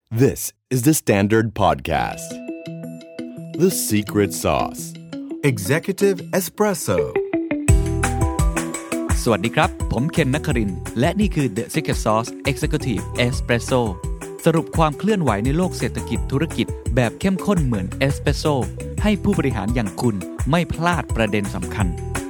This is the Standard Podcast. The Secret Sauce. Executive Espresso. สวัสดีครับผมเคนนครินทร์และนี่คือ The Secret Sauce Executive Espresso สรุปความเคลื่อนไหวในโลกเศรษฐกิจธุรกิจแบบเข้มข้นเหมือนเอสเปรสโซ่ให้ผู้บริหารอย่างคุณไม่พลาดประเด็นสำคัญ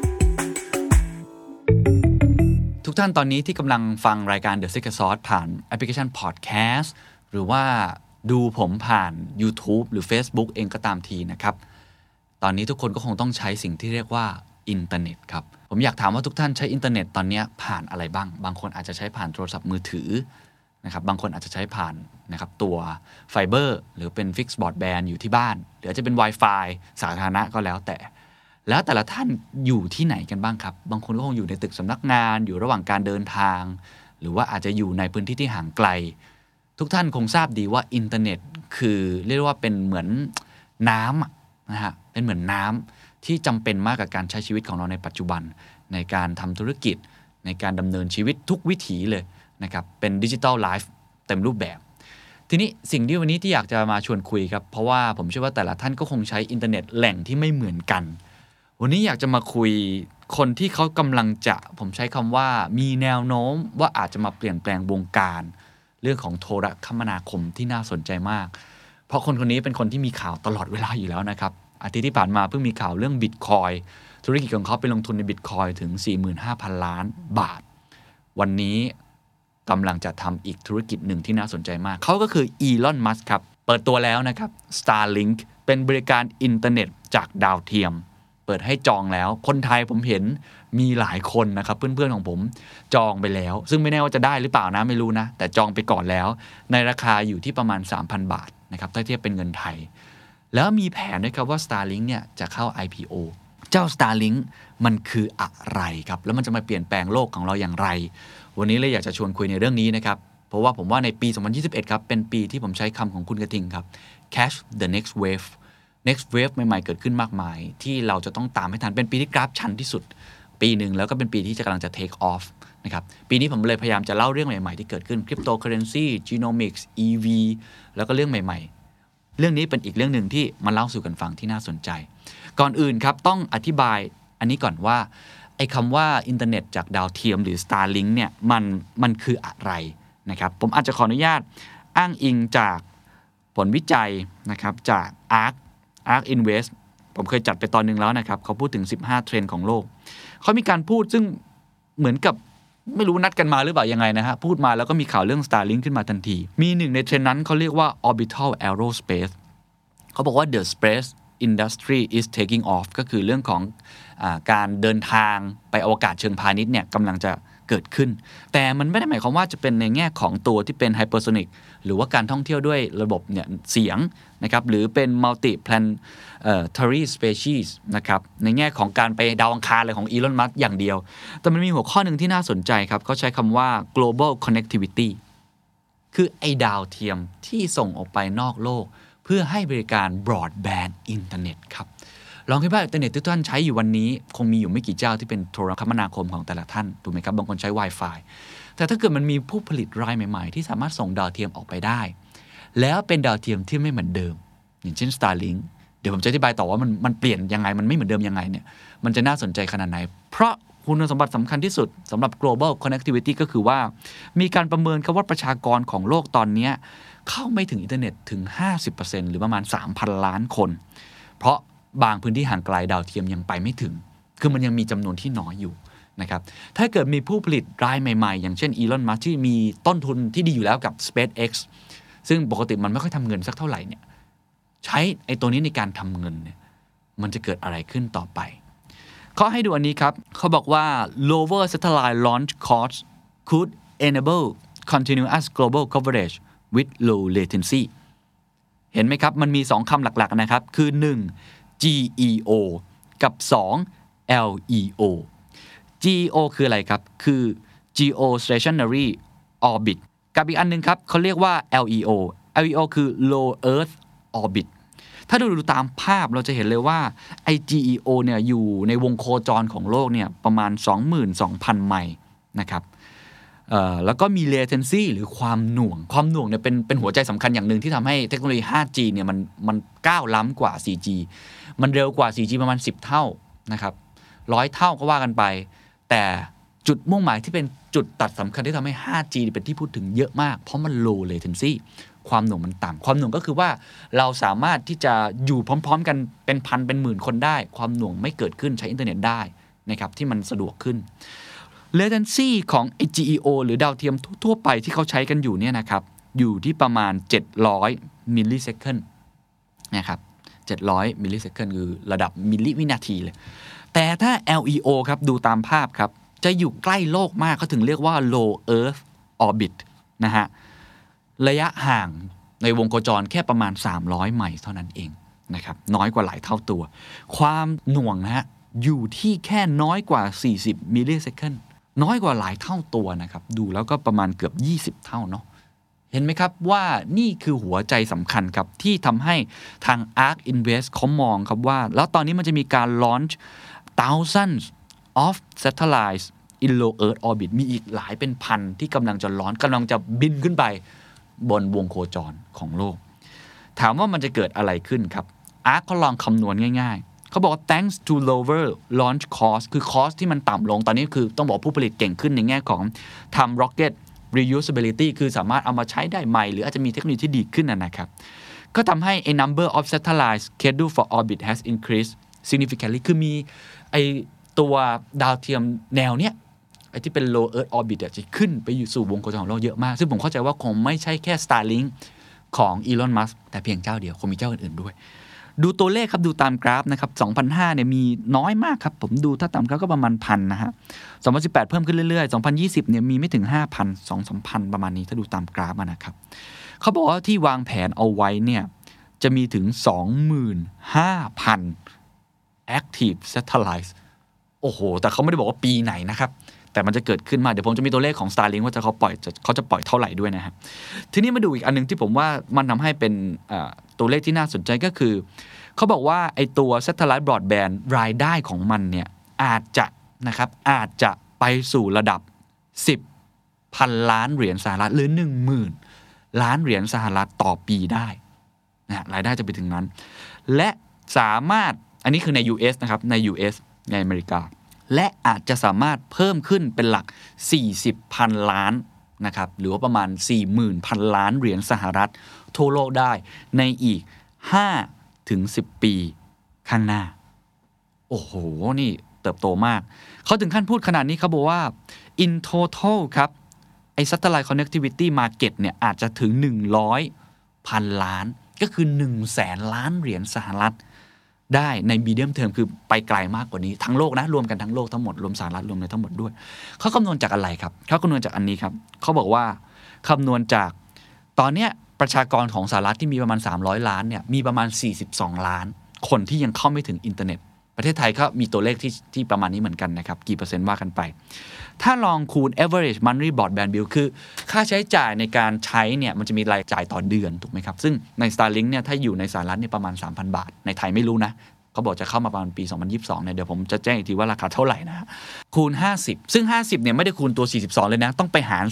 ทุกท่านตอนนี้ที่กำลังฟังรายการ The Secret Sauce ผ่านแอปพลิเคชัน Podcast หรือว่าดูผมผ่าน YouTube หรือ Facebook เองก็ตามทีนะครับตอนนี้ทุกคนก็คงต้องใช้สิ่งที่เรียกว่าอินเทอร์เน็ตครับผมอยากถามว่าทุกท่านใช้อินเทอร์เน็ตตอนนี้ผ่านอะไรบ้างบางคนอาจจะใช้ผ่านโทรศัพท์มือถือนะครับบางคนอาจจะใช้ผ่านนะครับตัวไฟเบอร์หรือเป็นฟิกซ์บรอดแบนด์อยู่ที่บ้านหรืออาจจะเป็น Wi-Fi สาธารณะก็แล้วแต่ละท่านอยู่ที่ไหนกันบ้างครับบางคนก็คงอยู่ในตึกสำนักงานอยู่ระหว่างการเดินทางหรือว่าอาจจะอยู่ในพื้นที่ที่ห่างไกลทุกท่านคงทราบดีว่าอินเทอร์เน็ตคือเรียกว่าเป็นเหมือนน้ำนะฮะเป็นเหมือนน้ำที่จำเป็นมากกับการใช้ชีวิตของเราในปัจจุบันในการทำธุรกิจในการดำเนินชีวิตทุกวิถีเลยนะครับเป็นดิจิทัลไลฟ์เต็มรูปแบบทีนี้สิ่งที่วันนี้ที่อยากจะมาชวนคุยครับเพราะว่าผมเชื่อว่าแต่ละท่านก็คงใช้อินเทอร์เน็ตแหล่งที่ไม่เหมือนกันวันนี้อยากจะมาคุยคนที่เขากำลังจะผมใช้คำว่ามีแนวโน้มว่าอาจจะมาเปลี่ยนแปลงวงการเรื่องของโทรคมนาคมที่น่าสนใจมากเพราะคนนี้เป็นคนที่มีข่าวตลอดเวลาอยู่แล้วนะครับอาทิตย์ที่ผ่านมาเพิ่งมีข่าวเรื่อง Bitcoin ธุรกิจของเขาไปลงทุนใน Bitcoin ถึง 45,000 ล้านบาทวันนี้กำลังจะทำอีกธุรกิจหนึ่งที่น่าสนใจมากเขาก็คืออีลอน มัสก์ครับเปิดตัวแล้วนะครับ Starlink เป็นบริการอินเทอร์เน็ตจากดาวเทียมเปิดให้จองแล้วคนไทยผมเห็นมีหลายคนนะครับเพื่อนๆของผมจองไปแล้วซึ่งไม่แน่ว่าจะได้หรือเปล่านะไม่รู้นะแต่จองไปก่อนแล้วในราคาอยู่ที่ประมาณ 3,000 บาทนะครับถ้าเทียบเป็นเงินไทยแล้วมีแผนด้วยครับว่า Starlink เนี่ยจะเข้า IPO เจ้า Starlink มันคืออะไรครับแล้วมันจะมาเปลี่ยนแปลงโลกของเราอย่างไรวันนี้เลยอยากจะชวนคุยในเรื่องนี้นะครับเพราะว่าผมว่าในปี 2021 ครับเป็นปีที่ผมใช้คำของคุณกระทิงครับ catch the next wave next wave ใหม่ๆเกิดขึ้นมากมายที่เราจะต้องตามให้ทันเป็นปีที่กราฟชันที่สุดปีหนึ่งแล้วก็เป็นปีที่กำลังจะ take off นะครับปีนี้ผมเลยพยายามจะเล่าเรื่องใหม่ๆที่เกิดขึ้น cryptocurrency genomics EV แล้วก็เรื่องใหม่ๆเรื่องนี้เป็นอีกเรื่องหนึ่งที่มาเล่าสู่กันฟังที่น่าสนใจก่อนอื่นครับต้องอธิบายอันนี้ก่อนว่าไอ้คำว่าอินเทอร์เน็ตจากดาวเทียมหรือ Starlink เนี่ยมันคืออะไรนะครับผมอาจจะขออนุญาตอ้างอิงจากผลวิจัยนะครับจาก ARK Invest ผมเคยจัดไปตอนนึงแล้วนะครับเขาพูดถึง15เทรนด์ของโลกเขามีการพูดซึ่งเหมือนกับไม่รู้นัดกันมาหรือเปล่ายังไงนะฮะพูดมาแล้วก็มีข่าวเรื่อง Starlink ขึ้นมาทันทีมีหนึ่งในเทรนด์นั้นเขาเรียกว่า orbital aerospace เขาบอกว่า the space industry is taking off ก็คือเรื่องของการเดินทางไปอวกาศเชิงพาณิชย์เนี่ยกำลังจะเกิดขึ้นแต่มันไม่ได้หมายความว่าจะเป็นในแง่ของตัวที่เป็น hypersonic หรือว่าการท่องเที่ยวด้วยระบบเนี่ยเสียงนะครับหรือเป็น multi-planetary species นะครับในแง่ของการไปดาวอังคารอะไรของอีลอน มัสก์อย่างเดียวแต่มันมีหัวข้อหนึ่งที่น่าสนใจครับเขาใช้คำว่า global connectivity คือไอ้ดาวเทียมที่ส่งออกไปนอกโลกเพื่อให้บริการ broadband อินเทอร์เน็ตครับลองคิดว่าอินเทอร์เน็ตที่ทุกท่านใช้อยู่วันนี้คงมีอยู่ไม่กี่เจ้าที่เป็นโทรคมนาคมของแต่ละท่านถูกไหมครับบางคนใช้ Wi-Fi แต่ถ้าเกิดมันมีผู้ผลิตรายใหม่ๆที่สามารถส่งดาวเทียมออกไปได้แล้วเป็นดาวเทียมที่ไม่เหมือนเดิมอย่างเช่น Starlink เดี๋ยวผมจะอธิบายต่อว่ามันเปลี่ยนยังไงมันไม่เหมือนเดิมยังไงเนี่ยมันจะน่าสนใจขนาดไหนเพราะคุณสมบัติสำคัญที่สุดสำหรับ global connectivity ก็คือว่ามีการประเมินกันว่าประชากรของโลกตอนนี้เข้าไม่ถึงอินเทอร์เน็ตถึง 50% หรือประมาณ 3,000 ล้านคนเพราะบางพื้นที่ห่างไกลดาวเทียมยังไปไม่ถึงคือมันยังมีจำนวนที่น้อยอยู่นะครับถ้าเกิดมีผู้ผลิตรายใหม่ๆอย่างเช่นอีลอน มัสก์ที่มีต้นทุนที่ดีอยู่แล้วกับ SpaceX ซึ่งปกติมันไม่ค่อยทำเงินสักเท่าไหร่เนี่ยใช้ไอ้ตัวนี้ในการทำเงินเนี่ยมันจะเกิดอะไรขึ้นต่อไปเขาให้ดูอันนี้ครับเขาบอกว่า lower satellite launch costs could enable continuous global coverage with low latency เห็นไหมครับมันมี2คำหลักๆนะครับคือ1 GEO กับ2 LEO GEO คืออะไรครับคือ geostationary orbit กับอีกอันนึงครับเขาเรียกว่า LEO คือ low earth orbit ถ้าดูตามภาพเราจะเห็นเลยว่าไอ้ GEO เนี่ยอยู่ในวงโคจรของโลกเนี่ยประมาณ 22,000 ไมล์นะครับแล้วก็มี latency หรือความหน่วงเนี่ยเป็นหัวใจสำคัญอย่างหนึ่งที่ทำให้เทคโนโลยี 5G เนี่ยมันก้าวล้ำกว่า 4G มันเร็วกว่า 4G ประมาณ10เท่านะครับ100เท่าก็ว่ากันไปแต่จุดมุ่งหมายที่เป็นจุดตัดสำคัญที่ทำให้ 5G เป็นที่พูดถึงเยอะมากเพราะมัน low latency ความหน่วงมันต่ำความหน่วงก็คือว่าเราสามารถที่จะอยู่พร้อมๆกันเป็นพันเป็นหมื่นคนได้ความหน่วงไม่เกิดขึ้นใช้อินเทอร์เน็ตได้นะครับที่มันสะดวกขึ้น latency ของ GEO หรือดาวเทียมทั่วไปที่เขาใช้กันอยู่เนี่ยนะครับอยู่ที่ประมาณ700มิลลิเซคันด์นะครับ700มิลลิเซคันด์คือระดับมิลลิวินาทีเลยแต่ถ้า LEO ครับดูตามภาพครับจะอยู่ใกล้โลกมากเขาถึงเรียกว่า low earth orbit นะฮะระยะห่างในวงโคจรแค่ประมาณ300ไมล์เท่านั้นเองนะครับน้อยกว่าหลายเท่าตัวความหน่วงนะฮะอยู่ที่แค่น้อยกว่า40มิลลิเซคันด์น้อยกว่าหลายเท่าตัวนะครับดูแล้วก็ประมาณเกือบ20เท่าเนาะเห็นไหมครับว่านี่คือหัวใจสำคัญครับที่ทำให้ทาง ARK Invest เขามองครับว่าแล้วตอนนี้มันจะมีการ launch thousands of satellites in low earth orbit มีอีกหลายเป็นพันที่กำลังจะบินขึ้นไปบนวงโคจรของโลกถามว่ามันจะเกิดอะไรขึ้นครับ ARK เขาลองคำนวณง่ายๆเขาบอกว่า thanks to lower launch cost คือ cost ที่มันต่ำลงตอนนี้คือต้องบอกผู้ผลิตเก่งขึ้นในแง่ของทำ rocket reusability คือสามารถเอามาใช้ได้ใหม่หรืออาจจะมีเทคโนโลยีที่ดีขึ้นนะครับก็ทำให้ a number of satellites scheduled for orbit has increased significantly คือมีไอตัวดาวเทียมแนวเนี้ยไอ้ที่เป็น low earth orbit จะขึ้นไปอยู่สู่วงโคจรของโลกเยอะมากซึ่งผมเข้าใจว่าคงไม่ใช่แค่ Starlink ของ Elon Musk แต่เพียงเจ้าเดียวคงมีเจ้าอื่นๆด้วยดูตัวเลขครับดูตามกราฟนะครับ2005เนี่ยมีน้อยมากครับผมดูถ้าตามกราฟก็ประมาณ 1,000 นะฮะ2018เพิ่มขึ้นเรื่อยๆ2020เนี่ยมีไม่ถึง 5,000 2-3,000 ประมาณนี้ถ้าดูตามกราฟนะครับเขาบอกว่าที่วางแผนเอาไว้เนี่ยจะมีถึง 25,000 active satellites โอ้โหแต่เขาไม่ได้บอกว่าปีไหนนะครับแต่มันจะเกิดขึ้นมาเดี๋ยวผมจะมีตัวเลขของ Starlink ว่าเขาจะปล่อยเท่าไหร่ด้วยนะฮะทีนี้มาดูอีกอันนึงที่ผมว่ามันทำให้เป็นตัวเลขที่น่าสนใจก็คือเขาบอกว่าไอตัว Satellite Broadband รายได้ของมันเนี่ยอาจจะไปสู่ระดับ10,000 ล้านเหรียญสหรัฐหรือ 10,000 ล้านเหรียญสหรัฐต่อปีได้นะรายได้จะไปถึงนั้นและสามารถอันนี้คือใน US นะครับใน US ในอเมริกาและอาจจะสามารถเพิ่มขึ้นเป็นหลัก 40,000 ล้านนะครับหรือว่าประมาณ 40,000 ล้านเหรียญสหรัฐทั่วโลกได้ในอีก5-10 ปีข้างหน้าโอ้โหนี่เติบโตมากเขาถึงขั้นพูดขนาดนี้เขาบอกว่า in total ครับไอ้ satellite connectivity market เนี่ยอาจจะถึง100,000 ล้านก็คือ 100,000 ล้านเหรียญสหรัฐได้ใน medium term คือไปไกลมากกว่านี้ทั้งโลกนะรวมกันทั้งโลกทั้งหมดรวมสหรัฐรวมในทั้งหมดด้วยเขาคำนวณจากอะไรครับเขาคำนวณจากอันนี้ครับเขาบอกว่าคำนวณจากตอนเนี้ยประชากรของสหรัฐที่มีประมาณ300ล้านเนี่ยมีประมาณ42ล้านคนที่ยังเข้าไม่ถึงอินเทอร์เน็ตประเทศไทยก็มีตัวเลขที่ประมาณนี้เหมือนกันนะครับกี่เปอร์เซ็นต์ว่ากันไปถ้าลองคูณ average monthly broadband bill คือค่าใช้จ่ายในการใช้เนี่ยมันจะมีรายจ่ายต่อเดือนถูกไหมครับซึ่งใน Starlink เนี่ยถ้าอยู่ในสหรัฐเนี่ยประมาณ 3,000 บาทในไทยไม่รู้นะเขาบอกจะเข้ามาประมาณปี2022เนี่ยเดี๋ยวผมจะแจ้งอีกทีว่าราคาเท่าไหร่นะคูณ50ซึ่ง50เนี่ยไม่ได้คูณตัว42เลยนะต้องไปหาร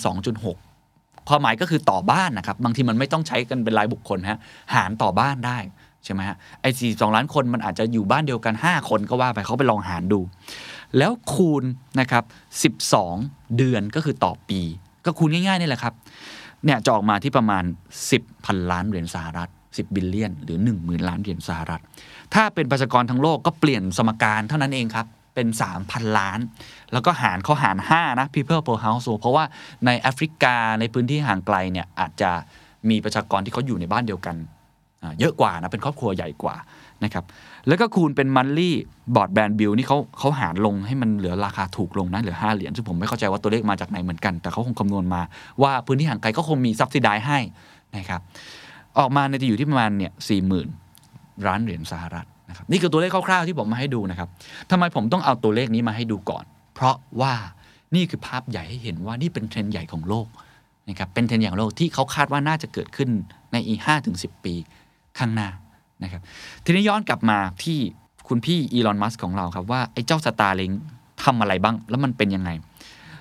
2.6 ความหมายก็คือต่อบ้านนะครับบางทีมันไม่ต้องใช้กันเป็นรายบุคคลฮะหารต่อบ้านได้ใช่ไหมฮะไอ้42ล้านคนมันอาจจะอยู่บ้านเดียวกัน5คนก็ว่าไปเขาไปลองหารดูแล้วคูณนะครับ12เดือนก็คือต่อปีก็คูณง่ายๆนี่แหละครับเนี่ยจะออกมาที่ประมาณ 10,000 ล้านเหรียญสหรัฐ10บิลเลียนหรือ 10,000 ล้านเหรียญสหรัฐถ้าเป็นประชากรทั้งโลกก็เปลี่ยนสมการเท่านั้นเองครับเป็น 3,000 ล้านแล้วก็หาร5นะ people per household เพราะว่าในแอฟริกาในพื้นที่ห่างไกลเนี่ยอาจจะมีประชากรที่เขาอยู่ในบ้านเดียวกันเยอะกว่านะเป็นครอบครัวใหญ่กว่านะครับแล้วก็คูณเป็น monthly broadband bill นี่เขาหารลงให้มันเหลือราคาถูกลงนะเหลือ5เหรียญซึ่งผมไม่เข้าใจว่าตัวเลขมาจากไหนเหมือนกันแต่เขาคงคำนวณมาว่าพื้นที่ห่างไกลก็คงมี subsidize ให้นะครับออกมาในจะอยู่ที่ประมาณเนี่ย 40,000 ล้านเหรียญสหรัฐนะครับนี่คือตัวเลขคร่าวๆที่ผมมาให้ดูนะครับทำไมผมต้องเอาตัวเลขนี้มาให้ดูก่อนเพราะว่านี่คือภาพใหญ่ให้เห็นว่านี่เป็นเทรนด์ใหญ่ของโลกนะครับเป็นเทรนด์ใหญ่ของโลกที่เขาคาดว่าน่าจะเกิดขึ้นในอีก 5-10 ปีข้างหน้านะครับทีนี้ย้อนกลับมาที่คุณพี่อีลอนมัสก์ของเราครับว่าไอ้เจ้า Starlink ทำอะไรบ้างแล้วมันเป็นยังไง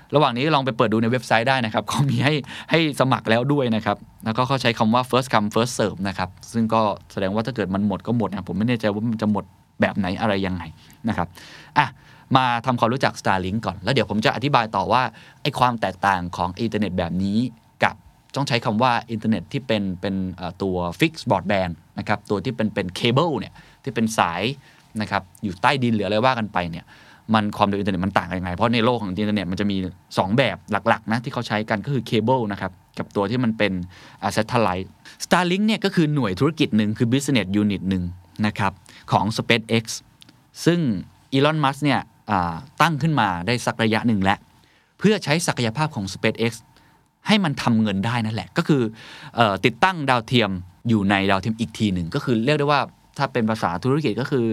ระหว่างนี้ลองไปเปิดดูในเว็บไซต์ได้นะครับเขามีให้สมัครแล้วด้วยนะครับแล้วก็เขาใช้คำว่า first come first serve นะครับซึ่งก็แสดงว่าถ้าเกิดมันหมดก็หมดนะผมไม่แน่ใจว่ามันจะหมดแบบไหนอะไรยังไงนะครับมาทำความรู้จัก Starlink ก่อนแล้วเดี๋ยวผมจะอธิบายต่อว่าไอ้ความแตกต่างของอินเทอร์เน็ตแบบนี้กับต้องใช้คำว่าอินเทอร์เน็ตที่เป็นตัว fixed broadband นะครับตัวที่เป็นเคเบิลเนี่ยที่เป็นสายนะครับอยู่ใต้ดินหรืออะไรว่ากันไปเนี่ยมันความเร็วอินเทอร์เน็ตมันต่างกันยังไงเพราะในโลกของอินเทอร์เน็ตมันจะมี2แบบหลักๆนะที่เขาใช้กันก็คือเคเบิลนะครับกับตัวที่มันเป็นsatellite Starlink เนี่ยก็คือหน่วยธุรกิจหนึ่งคือ business unit หนึ่งนะครับของ SpaceX ซึ่งอีลอน มัสก์เนี่ยตั้งขึ้นมาได้สักระยะหนึ่งแล้วเพื่อใช้ศักยภาพของ SpaceX ให้มันทำเงินได้นั่นแหละก็คือติดตั้งดาวเทียมอยู่ในดาวเทียมอีกทีหนึ่งก็คือเรียกได้ว่าถ้าเป็นภาษาธุรกิจก็คือ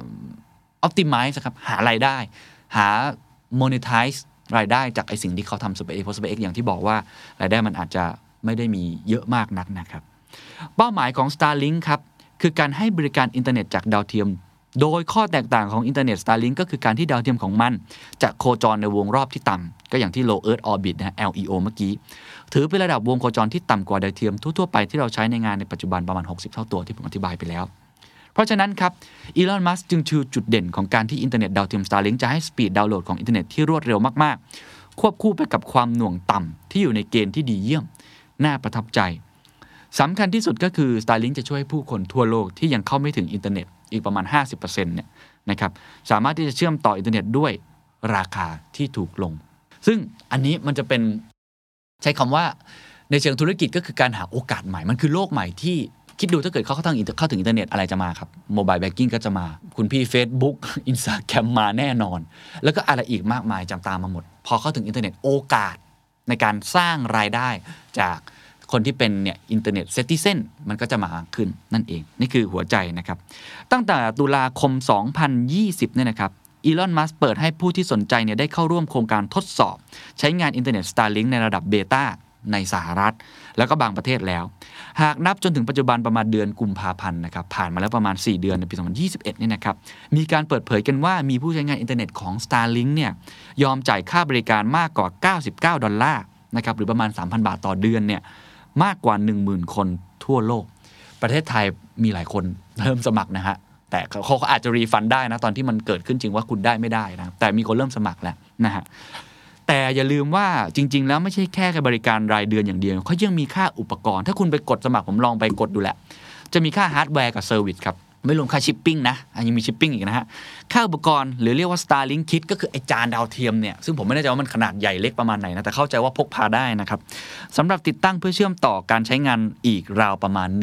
optimize ครับหารายได้หา monetize รายได้จากไอสิ่งที่เขาทำ SpaceX เพราะ SpaceX อย่างที่บอกว่ารายได้มันอาจจะไม่ได้มีเยอะมากนักนะครับเป้าหมายของ Starlink ครับคือการให้บริการอินเทอร์เน็ตจากดาวเทียมโดยข้อแตกต่างของอินเทอร์เน็ต Starlink ก็คือการที่ดาวเทียมของมันจะโคจรในวงรอบที่ต่ำก็อย่างที่ Low Earth Orbit นะ LEO เมื่อกี้ถือเป็นระดับวงโคจรที่ต่ำกว่าดาวเทียมทั่วๆไปที่เราใช้ในงานในปัจจุบันประมาณ60เท่าตัวที่ผมอธิบายไปแล้วเพราะฉะนั้นครับอีลอน มัสก์จึงชูจุดเด่นของการที่อินเทอร์เน็ตดาวเทียม Starlink จะให้สปีดดาวน์โหลดของอินเทอร์เน็ตที่รวดเร็วมากๆควบคู่ไปกับความหน่วงต่ำที่อยู่ในเกณฑ์ที่ดีเยี่ยมน่าประทับใจสำคัญที่สุดก็คือ Starlink จะช่วยให้ผู้คนทั่วโลกที่ยังเข้าไม่ถึงอินเทอร์เน็ตอีกประมาณ 50% เนี่ยนะครับสามารถที่จะเชื่อมต่ออินเทอร์เน็ตด้วยราคาที่ถูกลงซึ่งอันนี้มันจะเป็นใช้คำว่าในเชิงธุรกิจก็คือการหาโอกาสใหม่มันคือโลกใหม่ที่คิดดูถ้าเกิดเข้าถึงอินเทอร์เน็ตอะไรจะมาครับโมบายแบงกิ้งก็จะมาคุณพี่ Facebook Instagram มาแน่นอนแล้วก็อะไรอีกมากมายจำตามมาหมดพอเข้าถึงอินเทอร์เน็ตโอกาสในการสร้างรายได้จากคนที่เป็นเนี่ยอินเทอร์เน็ตเซติเซนมันก็จะมาขึ้นนั่นเองนี่คือหัวใจนะครับตั้งแต่ตุลาคม 2020 เนี่ยนะครับอีลอน มัสก์เปิดให้ผู้ที่สนใจเนี่ยได้เข้าร่วมโครงการทดสอบใช้งานอินเทอร์เน็ต Starlink ในระดับเบต้าในสหรัฐแล้วก็บางประเทศแล้วหากนับจนถึงปัจจุบันประมาณเดือนกุมภาพันธ์นะครับผ่านมาแล้วประมาณ4เดือนในปี2021เนี่ยนะครับมีการเปิดเผยกันว่ามีผู้ใช้งานอินเทอร์เน็ตของ Starlink เนี่ยยอมจ่ายค่าบริการมากกว่า$99นะครับหรือประมาณ 3,000 บาทต่อเดือนเนี่ยมากกว่า 10,000 คนทั่วโลกประเทศไทยมีหลายคนเริ่มสมัครนะฮะแต่เขาอาจจะรีฟันได้นะตอนที่มันเกิดขึ้นจริงว่าคุณได้ไม่ได้นะแต่มีคนเริ่มสมัครแล้วนะฮะแต่อย่าลืมว่าจริงๆแล้วไม่ใช่แค่บริการรายเดือนอย่างเดียวเขายังมีค่าอุปกรณ์ถ้าคุณไปกดสมัครผมลองไปกดดูแหละจะมีค่าฮาร์ดแวร์กับเซอร์วิสครับไม่รวมค่าชิปปิ้งนะยังมีชิปปิ้งอีกนะฮะค่าอุปกรณ์หรือเรียกว่า Starlink Kit ก็คือไอจานดาวเทียมเนี่ยซึ่งผมไม่แน่ใจว่ามันขนาดใหญ่เล็กประมาณไหนนะแต่เข้าใจว่าพกพาได้นะครับสำหรับติดตั้งเพื่อเชื่อมต่อการใช้งานอีกราวประมาณ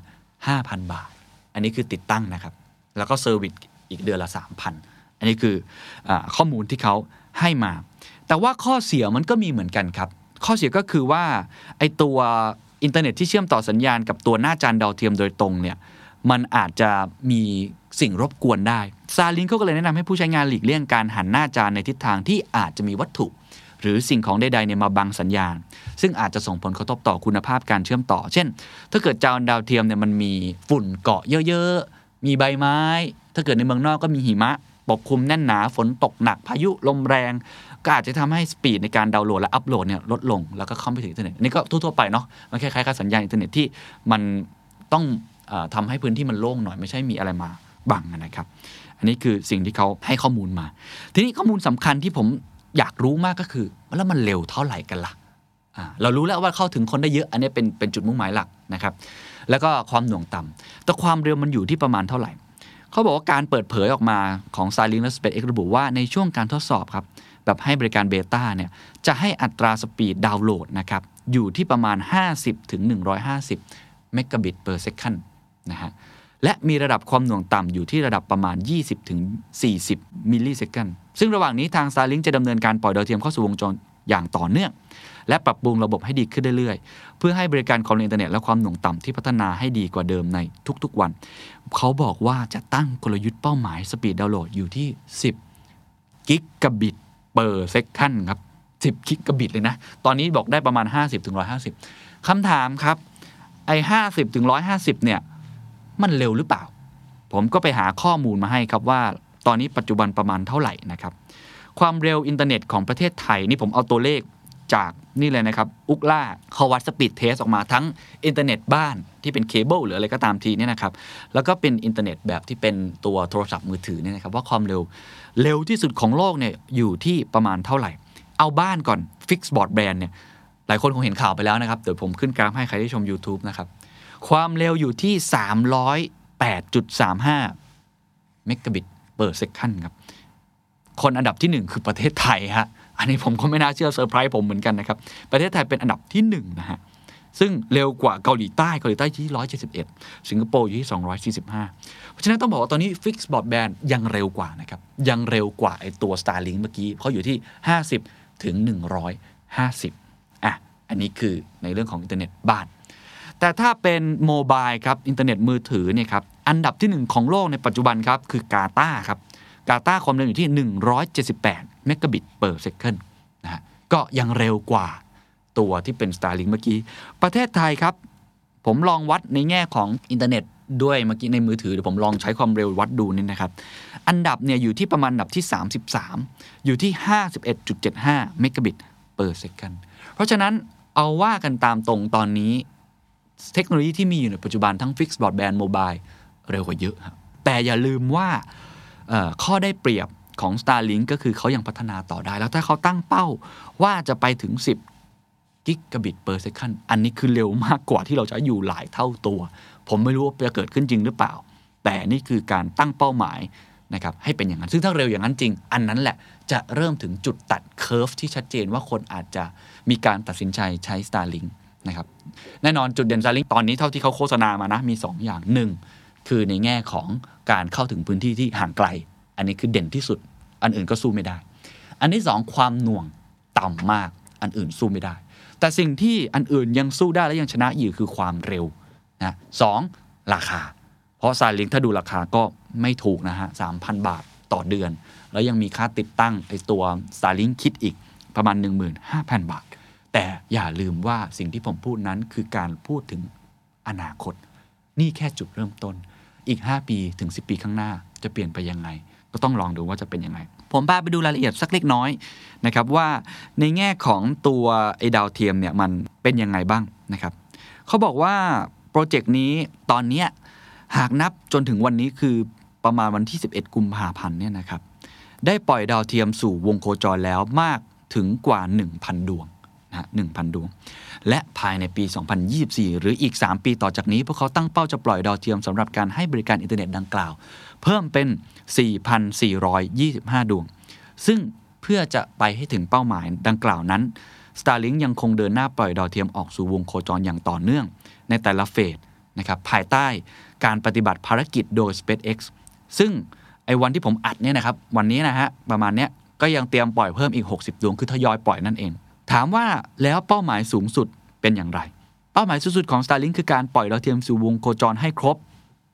15,000 บาทอันนี้คือติดตั้งนะครับแล้วก็เซอร์วิสอีกเดือนละ 3,000 อันนี้คือข้อมูลที่เขาให้มาแต่ว่าข้อเสียมันก็มีเหมือนกันครับข้อเสียก็คือว่าไอตัวอินเทอร์เน็ตที่เชื่อมต่อสัญญาณกับตัวหน้าจานดาวเทียมโดยตรงเนี่ยมันอาจจะมีสิ่งรบกวนได้ Starlink เขาก็เลยแนะนำให้ผู้ใช้งานหลีกเลี่ยงการหันหน้าจานในทิศทางที่อาจจะมีวัตถุหรือสิ่งของใดๆเนี่ยมาบังสัญญาณซึ่งอาจจะส่งผลกระทบต่อคุณภาพการเชื่อมต่อเช่นถ้าเกิดจานดาวเทียมเนี่ยมันมีฝุ่นเกาะเยอะๆมีใบไม้ถ้าเกิดในเมืองนอกก็มีหิมะปกคลุมแน่นหนาฝนตกหนักพายุลมแรงก็อาจจะทำให้สปีดในการดาวน์โหลดและอัปโหลดเนี่ยลดลงแล้วก็เข้าไปถึงอินเทอร์เน็ตอันนี้ก็ทั่วๆไปเนาะมันคล้ายๆกับสัญญาณอินเทอร์เน็ตที่มันต้องทำให้พื้นที่มันโล่งหน่อยไม่ใช่มีอะไรมาบังนะครับอันนี้คือสิ่งที่เขาให้ข้อมูลมาทีนี้ข้อมูลสำคัญที่ผมอยากรู้มากก็คือแล้วมันเร็วเท่าไหร่กันล่ะเรารู้แล้วว่าเข้าถึงคนได้เยอะอันนี้เป็นจุดมุ่งหมายหลักนะครับแล้วก็ความหน่วงต่ำแต่ความเร็วมันอยู่ที่ประมาณเท่าไหร่เขาบอกว่าการเปิดเผยออกมาของ Starlink และ SpaceX ระบุว่าในช่วงการทดสอบครับแบบให้บริการเบต้าเนี่ยจะให้อัตราสปีดดาวน์โหลดนะครับอยู่ที่ประมาณ50 ถึง 150 เมกะบิตเปอร์เซคันด์นะฮะและมีระดับความหน่วงต่ำอยู่ที่ระดับประมาณ20 ถึง 40 มิลลิเซคันด์ซึ่งระหว่างนี้ทาง Starlink จะดำเนินการปล่อยดาวเทียมเข้าสู่วงจรอย่างต่อเนื่องและปรับปรุงระบบให้ดีขึ้นเรื่อยๆเพื่อให้บริการความเร็วอินเทอร์เน็ตและความหน่วงต่ำที่พัฒนาให้ดีกว่าเดิมในทุกๆวันเขาบอกว่าจะตั้งกลยุทธ์เป้าหมายสปีดดาวน์โหลดอยู่ที่10 กิกะบิตเปอร์เซคันด์ครับ10 กิกะบิตเลยนะตอนนี้บอกได้ประมาณ50 ถึง 150คำถามครับไอ้50 ถึง 150เนี่ยมันเร็วหรือเปล่าผมก็ไปหาข้อมูลมาให้ครับว่าตอนนี้ปัจจุบันประมาณเท่าไหร่นะครับความเร็วอินเทอร์เน็ตของประเทศไทยนี่ผมเอาตัวเลขจากนี่เลยนะครับอุกล่าเขาวัดสปีดเทสออกมาทั้งอินเทอร์เน็ตบ้านที่เป็นเคเบิลหรืออะไรก็ตามทีเนี่ยนะครับแล้วก็เป็นอินเทอร์เน็ตแบบที่เป็นตัวโทรศัพท์มือถือเนี่ยนะครับว่าความเร็วที่สุดของโลกเนี่ยอยู่ที่ประมาณเท่าไหร่เอาบ้านก่อน Fixed Broadband เนี่ยหลายคนคงเห็นข่าวไปแล้วนะครับเดี๋ยวผมขึ้นกราฟให้ใครที่ชม YouTube นะครับความเร็วอยู่ที่ 308.35 เมกะบิตเปอร์เซคันด์ครับคนอันดับที่1คือประเทศไทยฮะอันนี้ผมก็ไม่น่าเชื่อเซอร์ไพรส์ผมเหมือนกันนะครับประเทศไทยเป็นอันดับที่1นะฮะซึ่งเร็วกว่าเกาหลีใต้ที่171สิงคโปร์อยู่ที่245เพราะฉะนั้นต้องบอกว่าตอนนี้ Fixed Broadband ยังเร็วกว่านะครับยังเร็วกว่าไอ้ตัว Starlink เมื่อกี้เขาอยู่ที่50ถึง150อันนี้คือในเรื่องของอินเทอร์เน็ตบ้านแต่ถ้าเป็นโมบายครับอินเทอร์เน็ตมือถือเนี่ยครับอันดับที่1ของโลกในปัจจุบันครับคือกาตาร์ครับกาตาร์ความเร็วอยู่ที่178เมกะบิตเปอร์เซคันด์นะฮะก็ยังเร็วกว่าตัวที่เป็น Starlink เมื่อกี้ประเทศไทยครับผมลองวัดในแง่ของอินเทอร์เน็ตด้วยเมื่อกี้ในมือถือเดี๋ยวผมลองใช้ความเร็ววัดดูนี่นะครับอันดับเนี่ยอยู่ที่ประมาณอันดับที่33อยู่ที่ 51.75 เมกะบิตเปอร์เซคันด์เพราะฉะนั้นเอาว่ากันตามตรงตอนนี้เทคโนโลยีที่มีอยู่ในปัจจุบันทั้ง Fixed Broadband Mobile เร็วกว่าเยอะครับแต่อย่าลืมว่าข้อได้เปรียบของ Starlink ก็คือเขายังพัฒนาต่อได้แล้วถ้าเขาตั้งเป้าว่าจะไปถึง10กิกะบิตเปอร์เซคันด์อันนี้คือเร็วมากกว่าที่เราจะอยู่หลายเท่าตัวผมไม่รู้ว่าจะเกิดขึ้นจริงหรือเปล่าแต่นี่คือการตั้งเป้าหมายนะครับให้เป็นอย่างนั้นซึ่งถ้าเร็วอย่างนั้นจริงอันนั้นแหละจะเริ่มถึงจุดตัดเคอร์ฟที่ชัดเจนว่าคนอาจจะมีการตัดสินใจใช้ Starlink นะครับแน่นอนจุดเด่น Starlink ตอนนี้เท่าที่เขาโฆษณามานะมี2อย่าง1คือในแง่ของการเข้าถึงพื้นที่ที่ห่างไกลอันนี้คือเด่นที่สุดอันอื่นก็สู้ไม่ได้อันที่2ความหน่วงต่ำมากอันอื่นสู้ไม่ได้แต่สิ่งที่อันอื่นยังสู้ได้และยังชนะอยู่คือความเร็วนะ2ราคาเพราะ Starlink ถ้าดูราคาก็ไม่ถูกนะฮะ 3,000 บาทต่อเดือนแล้วยังมีค่าติดตั้งไอ้ตัว Starlink คิดอีกประมาณ 15,000 บาทแต่อย่าลืมว่าสิ่งที่ผมพูดนั้นคือการพูดถึงอนาคตนี่แค่จุดเริ่มต้นอีก5ปีถึง10ปีข้างหน้าจะเปลี่ยนไปยังไงก็ต้องลองดูว่าจะเป็นยังไงผมพาไปดูรายละเอียดสักเล็กน้อยนะครับว่าในแง่ของตัวไอ้ดาวเทียมเนี่ยมันเป็นยังไงบ้างนะครับเขาบอกว่าโปรเจกต์นี้ตอนนี้หากนับจนถึงวันนี้คือประมาณวันที่11กุมภาพันธ์เนี่ยนะครับได้ปล่อยดาวเทียมสู่วงโคจรแล้วมากถึงกว่า 1,000 ดวงนะ 1,000 ดวงและภายในปี 2024 หรืออีก3ปีต่อจากนี้พวกเขาตั้งเป้าจะปล่อยดาวเทียมสำหรับการให้บริการอินเทอร์เน็ตดังกล่าวเพิ่มเป็น 4,425 ดวงซึ่งเพื่อจะไปให้ถึงเป้าหมายดังกล่าวนั้น Starlink ยังคงเดินหน้าปล่อยดาวเทียมออกสู่วงโคจรอย่างต่อเนื่องในแต่ละเฟสนะครับภายใต้การปฏิบัติภารกิจโดย SpaceX ซึ่งไอ้วันที่ผมอัดเนี่ยนะครับวันนี้นะฮะประมาณเนี้ยก็ยังเตรียมปล่อยเพิ่มอีก60ดวงคือทยอยปล่อยนั่นเองถามว่าแล้วเป้าหมายสูงสุดเป็นอย่างไรเป้าหมายสูงสุดของ Starlink คือการปล่อยดาวเทียมสู่วงโคจรให้ครบ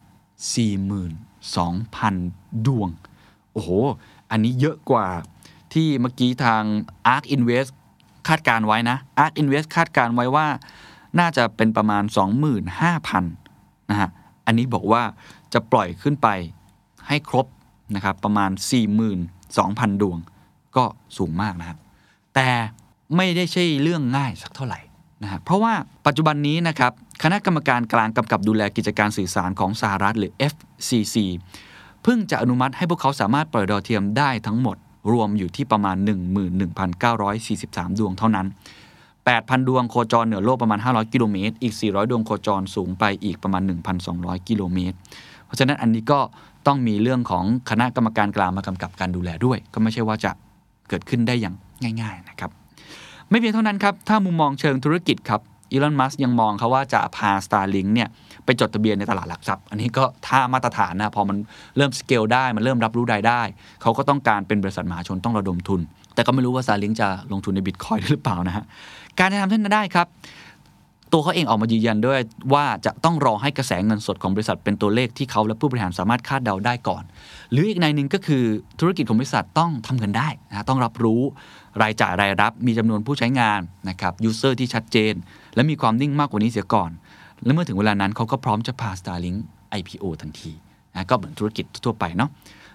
42,000 ดวงโอ้โหอันนี้เยอะกว่าที่เมื่อกี้ทาง Ark Invest คาดการไว้นะ Ark Invest คาดการไว้ว่าน่าจะเป็นประมาณ 25,000 นะฮะอันนี้บอกว่าจะปล่อยขึ้นไปให้ครบนะครับประมาณ 42,000 ดวงก็สูงมากนะครับแต่ไม่ได้ใช่เรื่องง่ายสักเท่าไหร่นะฮะเพราะว่าปัจจุบันนี้นะครับคณะกรรมการกลางกำกับดูแลกิจการสื่อสารของสหรัฐหรือ FCC เพิ่งจะอนุมัติให้พวกเขาสามารถปล่อยดาวเทียมได้ทั้งหมดรวมอยู่ที่ประมาณ 11,943 ดวงเท่านั้น 8,000 ดวงโคจรเหนือโลกประมาณ500กิโลเมตรอีก400ดวงโคจรสูงไปอีกประมาณ 1,200 กิโลเมตรเพราะฉะนั้นอันนี้ก็ต้องมีเรื่องของคณะกรรมการกลางมากำกับการดูแลด้วยก็ไม่ใช่ว่าจะเกิดขึ้นได้อย่างง่ายๆนะครับไม่เพียงเท่านั้นครับถ้ามุมมองเชิงธุรกิจครับอีลอน มัสก์ยังมองเขาว่าจะพา Starlink เนี่ยไปจดทะเบียนในตลาดหลักทรัพย์อันนี้ก็ท่ามาตรฐานนะพอมันเริ่มสเกลได้มันเริ่มรับรู้รายได้เขาก็ต้องการเป็นบริษัทมหาชนต้องระดมทุนแต่ก็ไม่รู้ว่า Starlink จะลงทุนใน Bitcoin หรือเปล่านะฮะการจะทำเช่นนั้นได้ครับตัวเขาเองออกมายืนยันด้วยว่าจะต้องรอให้กระแสเงินสดของบริษัทเป็นตัวเลขที่เขาและผู้บริหารสามารถคาดเดาได้ก่อนหรืออีกในหนึ่งก็คือธุรกิจของบริษัทต้องทำเงินได้นะต้องรับรู้รายจ่ายรายรับมีจำนวนผู้ใช้งานนะครับยูเซอร์ที่ชัดเจนและมีความนิ่งมากกว่านี้เสียก่อนและเมื่อถึงเวลานั้นเขาก็พร้อมจะพา Starlink IPO ทันทีนะก็เหมือนธุรกิจทั่วไปเนาะ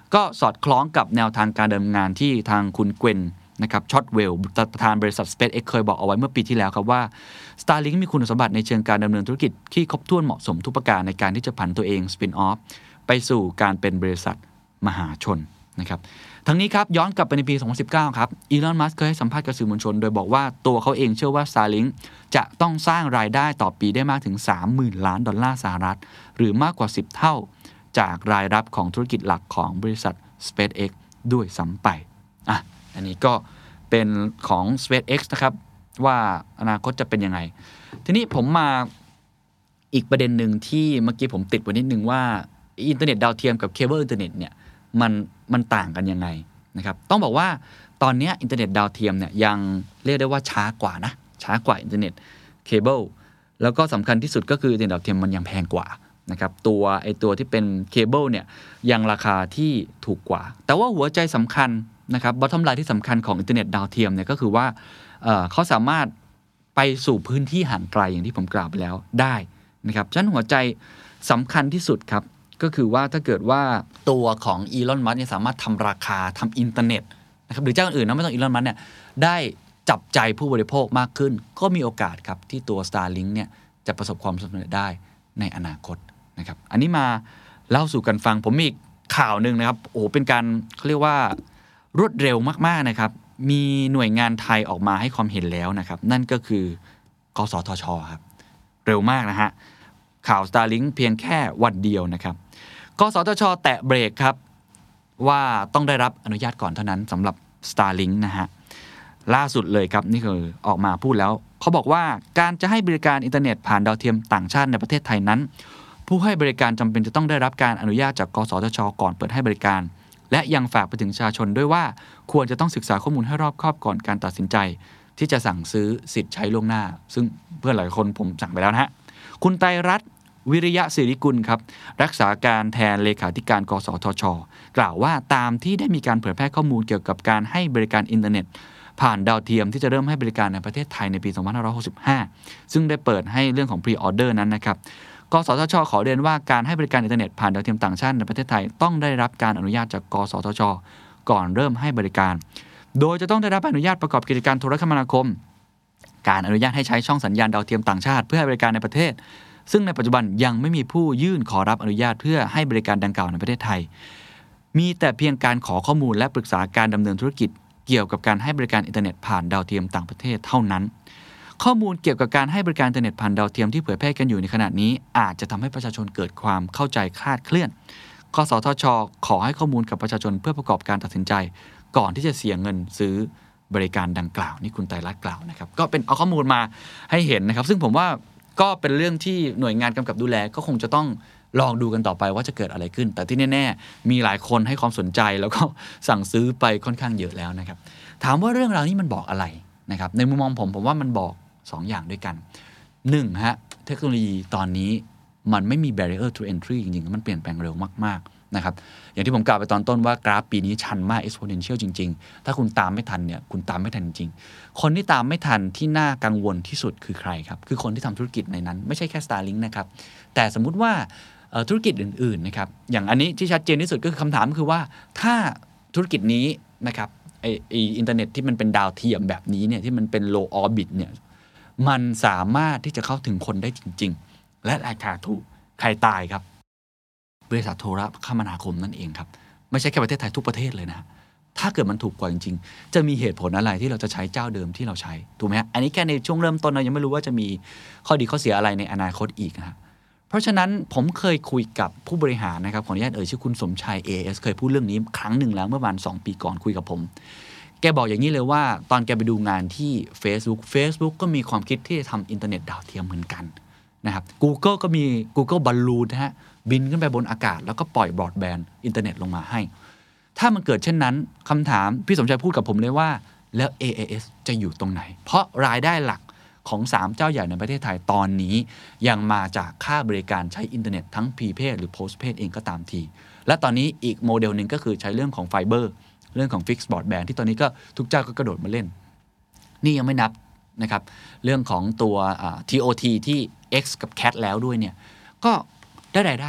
ก็สอดคล้องกับแนวทางการดำเนินงานที่ทางคุณเกวนนะครับช็อตเวลประธานบริษัท SpaceX เคยบอกเอาไว้เมื่อปีที่แล้วครับว่า Starlink มีคุณสมบัติในเชิงการดำเนินธุรกิจที่ครบถ้วนเหมาะสมทุกประการในการที่จะผันตัวเอง spin off ไปสู่การเป็นบริษัทมหาชนนะครับทั้งนี้ครับย้อนกลับไปในปี 2019 ครับอีลอน มัสก์เคยให้สัมภาษณ์กับสื่อมวลชนโดยบอกว่าตัวเขาเองเชื่อว่า Starlink จะต้องสร้างรายได้ต่อปีได้มากถึง $30,000 ล้านหรือมากกว่า 10 เท่าจากรายรับของธุรกิจหลักของบริษัท SpaceX ด้วยซ้ำไปอันนี้ก็เป็นของ SpaceX นะครับว่าอนาคตจะเป็นยังไงทีนี้ผมมาอีกประเด็นหนึ่งที่เมื่อกี้ผมติดไว้นิดนึงว่าอินเทอร์เน็ตดาวเทียมกับเคเบิลอินเทอร์เน็ตเนี่ยมันต่างกันยังไงนะครับต้องบอกว่าตอนนี้อินเทอร์เน็ตดาวเทียมเนี่ยยังเรียกได้ว่าช้ากว่าอินเทอร์เน็ตเคเบิลแล้วก็สำคัญที่สุดก็คืออินเทอร์เน็ตดาวเทียมมันยังแพงกว่านะครับตัวที่เป็นเคเบิลเนี่ยยังราคาที่ถูกกว่าแต่ว่าหัวใจสำคัญนะครับบอททอมไลน์ที่สำคัญของอินเทอร์เน็ตดาวเทียมเนี่ยก็คือว่าเขาสามารถไปสู่พื้นที่ห่างไกลอย่างที่ผมกล่าวไปแล้วได้นะครับฉะนั้นหัวใจสำคัญที่สุดครับก็คือว่าถ้าเกิดว่าตัวของอีลอน มัสก์เนี่ยสามารถทำราคาทำอินเทอร์เน็ตนะครับหรือเจ้าอื่นนะไม่ต้องอีลอน มัสก์เนี่ยได้จับใจผู้บริโภคมากขึ้นก็มีโอกาสครับที่ตัว Starlink เนี่ยจะประสบความสำเร็จได้ในอนาคตนะครับอันนี้มาเล่าสู่กันฟังผมมีข่าวนึงนะครับโอ้เป็นการเขาเรียกว่ารวดเร็วมากๆนะครับมีหน่วยงานไทยออกมาให้ความเห็นแล้วนะครับนั่นก็คือกสทช.ครับเร็วมากนะฮะข่าว Starlink เพียงแค่วันเดียวนะครับกสทช.แตะเบรกครับว่าต้องได้รับอนุญาตก่อนเท่านั้นสำหรับ Starlink นะฮะล่าสุดเลยครับนี่คือออกมาพูดแล้วเขาบอกว่าการจะให้บริการอินเทอร์เน็ตผ่านดาวเทียมต่างชาติในประเทศไทยนั้นผู้ให้บริการจำเป็นจะต้องได้รับการอนุญาตจากกสทช.ก่อนเปิดให้บริการและยังฝากไปถึงประชาชนด้วยว่าควรจะต้องศึกษาข้อมูลให้รอบคอบก่อนการตัดสินใจที่จะสั่งซื้อสิทธิ์ใช้ล่วงหน้าซึ่งเพื่อนหลายคนผมสั่งไปแล้วนะฮะคุณไตรรัตน์วิริยะศิริกุลครับรักษาการแทนเลขาธิการกสทช.กล่าวว่าตามที่ได้มีการเผยแพร่ข้อมูลเกี่ยวกับการให้บริการอินเทอร์เน็ตผ่านดาวเทียมที่จะเริ่มให้บริการในประเทศไทยในปี 2565 ซึ่งได้เปิดให้เรื่องของพรีออเดอร์นั้นนะครับกสทช.ขอเรียนว่าการให้บริการอินเทอร์เน็ตผ่านดาวเทียมต่างชาติในประเทศไทยต้องได้รับการอนุญาตจากกสทช.ก่อนเริ่มให้บริการโดยจะต้องได้รับอนุญาตประกอบกิจการโทรคมนาคมการอนุญาตให้ใช้ช่องสัญญาณดาวเทียมต่างชาติเพื่อให้บริการในประเทศซึ่งในปัจจุบันยังไม่มีผู้ยื่นขอรับอนุญาตเพื่อให้บริการดังกล่าวในประเทศไทยมีแต่เพียงการขอข้อมูลและปรึกษาการดำเนินธุรกิจเกี่ยวกับการให้บริการอินเทอร์เน็ตผ่านดาวเทียมต่างประเทศเท่านั้นข้อมูลเกี่ยวกับการให้บริการอินเทอร์เน็ตผ่านดาวเทียมที่เผยแพร่กันอยู่ในขณะนี้อาจจะทำให้ประชาชนเกิดความเข้าใจคลาดเคลื่อนกสทช.ขอให้ข้อมูลกับประชาชนเพื่อประกอบการตัดสินใจก่อนที่จะเสียเงินซื้อบริการดังกล่าวนี่คุณไตรรัตน์กล่าวนะครับก็เป็นเอาข้อมูลมาให้เห็นนะครับซึ่งผมว่าก็เป็นเรื่องที่หน่วยงานกำกับดูแลก็คงจะต้องลองดูกันต่อไปว่าจะเกิดอะไรขึ้นแต่ที่แน่ๆมีหลายคนให้ความสนใจแล้วก็สั่งซื้อไปค่อนข้างเยอะแล้วนะครับถามว่าเรื่องราวนี้มันบอกอะไรนะครับในมุมมองผมว่ามันบอก2 อย่างด้วยกัน1ฮะเทคโนโลยีตอนนี้มันไม่มี barrier to entry จริงๆมันเปลี่ยนแปลงเร็วมากๆนะครับอย่างที่ผมกล่าวไปตอนต้นว่ากราฟปีนี้ชันมาก exponential จริงๆถ้าคุณตามไม่ทันเนี่ยคุณตามไม่ทันจริงๆคนที่ตามไม่ทันที่น่ากังวลที่สุดคือใครครับคือคนที่ทำธุรกิจในนั้นไม่ใช่แค่ Starlink นะครับแต่สมมุติว่าธุรกิจอื่นๆนะครับอย่างอันนี้ที่ชัดเจนที่สุดก็คือคำถามคือว่าถ้าธุรกิจนี้นะครับอินเทอร์เน็ตที่มันเป็นดาวเทียมแบบนี้เนี่ยที่มันเป็น low orbit เนี่ยมันสามารถที่จะเข้าถึงคนได้จริงๆและราคาถูกใครตายครับบริษัทโทรคมนาคมนั่นเองครับไม่ใช่แค่ประเทศไทยทุกประเทศเลยนะถ้าเกิดมันถูกกว่าจริงๆจะมีเหตุผลอะไรที่เราจะใช้เจ้าเดิมที่เราใช้ถูกไหมอันนี้แค่ในช่วงเริ่มต้นเรายังไม่รู้ว่าจะมีข้อดีข้อเสียอะไรในอนาคตอีกนะเพราะฉะนั้นผมเคยคุยกับผู้บริหารนะครับขออนุญาตชื่อคุณสมชาย AS เคยพูดเรื่องนี้ครั้งหนึ่งแล้วเมื่อประมาณ2 ปีก่อนคุยกับผมแกบอกอย่างนี้เลยว่าตอนแกไปดูงานที่ Facebook ก็มีความคิดที่จะทำอินเทอร์เน็ตดาวเทียมเหมือนกันนะครับ Google ก็มี Google Balloon นะฮะบินขึ้นไปบนอากาศแล้วก็ปล่อยบรอดแบนด์อินเทอร์เน็ตลงมาให้ถ้ามันเกิดเช่นนั้นคำถามพี่สมชายพูดกับผมเลยว่าแล้ว AIS จะอยู่ตรงไหนเพราะรายได้หลักของ3เจ้าใหญ่ในประเทศไทยตอนนี้ยังมาจากค่าบริการใช้อินเทอร์เน็ตทั้ง Prepaid หรือ Postpaid เองก็ตามทีและตอนนี้อีกโมเดลหนึ่งก็คือใช้เรื่องของไฟเบอร์เรื่องของ Fixed Broadband ที่ตอนนี้ก็ทุกเจ้าก็กระโดดมาเล่นนี่ยังไม่นับนะครับเรื่องของตัวTOT ที่ X กับ CAT แล้วด้วยเนี่ยก็ได้รายได้จาก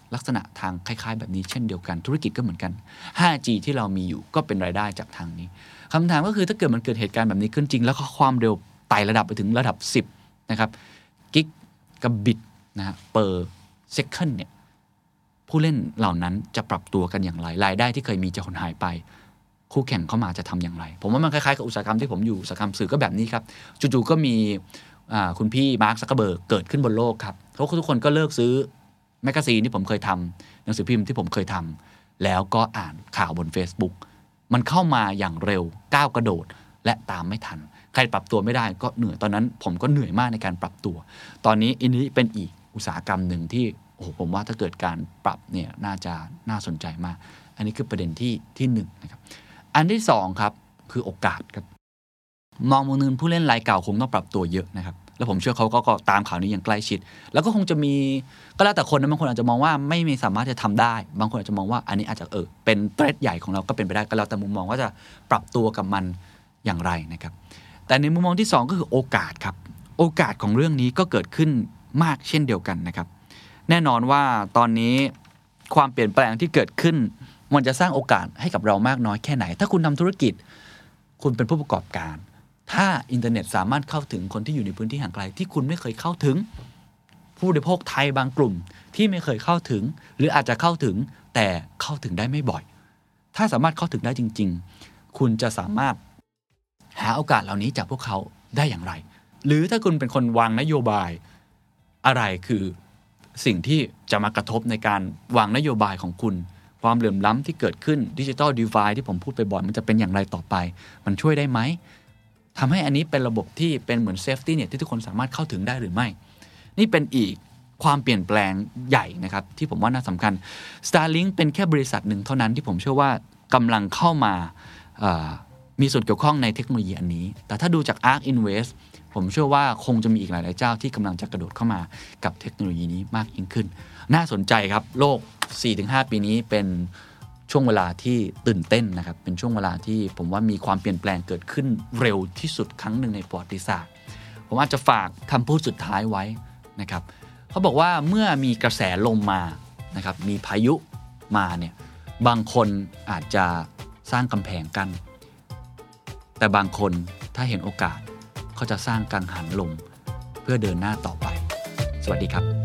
ลักษณะทางคล้ายๆแบบนี้เช่นเดียวกันธุรกิจก็เหมือนกัน 5G ที่เรามีอยู่ก็เป็นรายได้จากทางนี้คำถามก็คือถ้าเกิดมันเกิดเหตุการณ์แบบนี้ขึ้นจริงแล้วก็ความเร็วไต่ระดับไปถึงระดับ10นะครับกิกะบิตนะฮะ per second เนี่ยผู้เล่นเหล่านั้นจะปรับตัวกันอย่างไรรายได้ที่เคยมีจะหายไปคู่แข่งเข้ามาจะทำอย่างไรผมว่ามันคล้ายๆกับอุตสาหกรรมที่ผมอยู่อุตสาหกรรมสื่อก็แบบนี้ครับจู่ๆก็มีคุณพี่มาร์ค ซักเคอร์เบิร์กเกิดขึ้นบนโลกครับทุกคนก็เลิกซื้อแมกกาซีนที่ผมเคยทำหนังสือพิมพ์ที่ผมเคยทำแล้วก็อ่านข่าวบน Facebook มันเข้ามาอย่างเร็วก้าวกระโดดและตามไม่ทันใครปรับตัวไม่ได้ก็เหนื่อยตอนนั้นผมก็เหนื่อยมากในการปรับตัวตอนนี้อันนี้เป็นอีกอุตสาหกรรมหนึ่งที่โอ้โหผมว่าถ้าเกิดการปรับเนี่ยน่าสนใจมากอันนี้คือประเด็นที่1นะครับอันที่2ครับคือโอกาสครับมองมุมนึงผู้เล่นรายเก่าคงต้องปรับตัวเยอะนะครับแล้วผมเชื่อเขาก็ตามข่าวนี้อย่างใกล้ชิดแล้วก็คงจะมีก็แล้วแต่คนนะบางคนอาจจะมองว่าไม่สามารถจะทำได้บางคนอาจจะมองว่าอันนี้อาจจะเป็นเทรดใหญ่ของเราก็เป็นไปได้ก็แล้วแต่มุมมองว่าจะปรับตัวกับมันอย่างไรนะครับแต่ในมุมมองที่2ก็คือโอกาสครับโอกาสของเรื่องนี้ก็เกิดขึ้นมากเช่นเดียวกันนะครับแน่นอนว่าตอนนี้ความเปลี่ยนแปลงที่เกิดขึ้นมันจะสร้างโอกาสให้กับเรามากน้อยแค่ไหนถ้าคุณทำธุรกิจคุณเป็นผู้ประกอบการถ้าอินเทอร์เน็ตสามารถเข้าถึงคนที่อยู่ในพื้นที่ห่างไกลที่คุณไม่เคยเข้าถึงผู้บริโภคไทยบางกลุ่มที่ไม่เคยเข้าถึงหรืออาจจะเข้าถึงแต่เข้าถึงได้ไม่บ่อยถ้าสามารถเข้าถึงได้จริงๆคุณจะสามารถหาโอกาสเหล่านี้จากพวกเขาได้อย่างไรหรือถ้าคุณเป็นคนวางนโยบายอะไรคือสิ่งที่จะมากระทบในการวางนโยบายของคุณความเหลื่อมล้ำที่เกิดขึ้น Digital Divide ที่ผมพูดไปบ่อยมันจะเป็นอย่างไรต่อไปมันช่วยได้ไหมทำให้อันนี้เป็นระบบที่เป็นเหมือน Safety Net ที่ทุกคนสามารถเข้าถึงได้หรือไม่นี่เป็นอีกความเปลี่ยนแปลงใหญ่นะครับที่ผมว่าน่าสำคัญ Starlink เป็นแค่บริษัทหนึ่งเท่านั้นที่ผมเชื่อว่ากำลังเข้ามามีส่วนเกี่ยวข้องในเทคโนโลยีอันนี้แต่ถ้าดูจาก ARK Invest ผมเชื่อว่าคงจะมีอีกหลายๆเจ้าที่กำลังจะกระโดดเข้ามากับเทคโนโลยีนี้มากยิ่งขึ้นน่าสนใจครับโลก 4-5 ปีนี้เป็นช่วงเวลาที่ตื่นเต้นนะครับเป็นช่วงเวลาที่ผมว่ามีความเปลี่ยนแปลงเกิดขึ้นเร็วที่สุดครั้งหนึ่งในประวัติศาสตร์ผมอาจจะฝากคำพูดสุดท้ายไว้นะครับเขาบอกว่าเมื่อมีกระแสลมมานะครับมีพายุมาเนี่ยบางคนอาจจะสร้างกำแพงกั้นแต่บางคนถ้าเห็นโอกาสเขาจะสร้างกังหันลมเพื่อเดินหน้าต่อไปสวัสดีครับ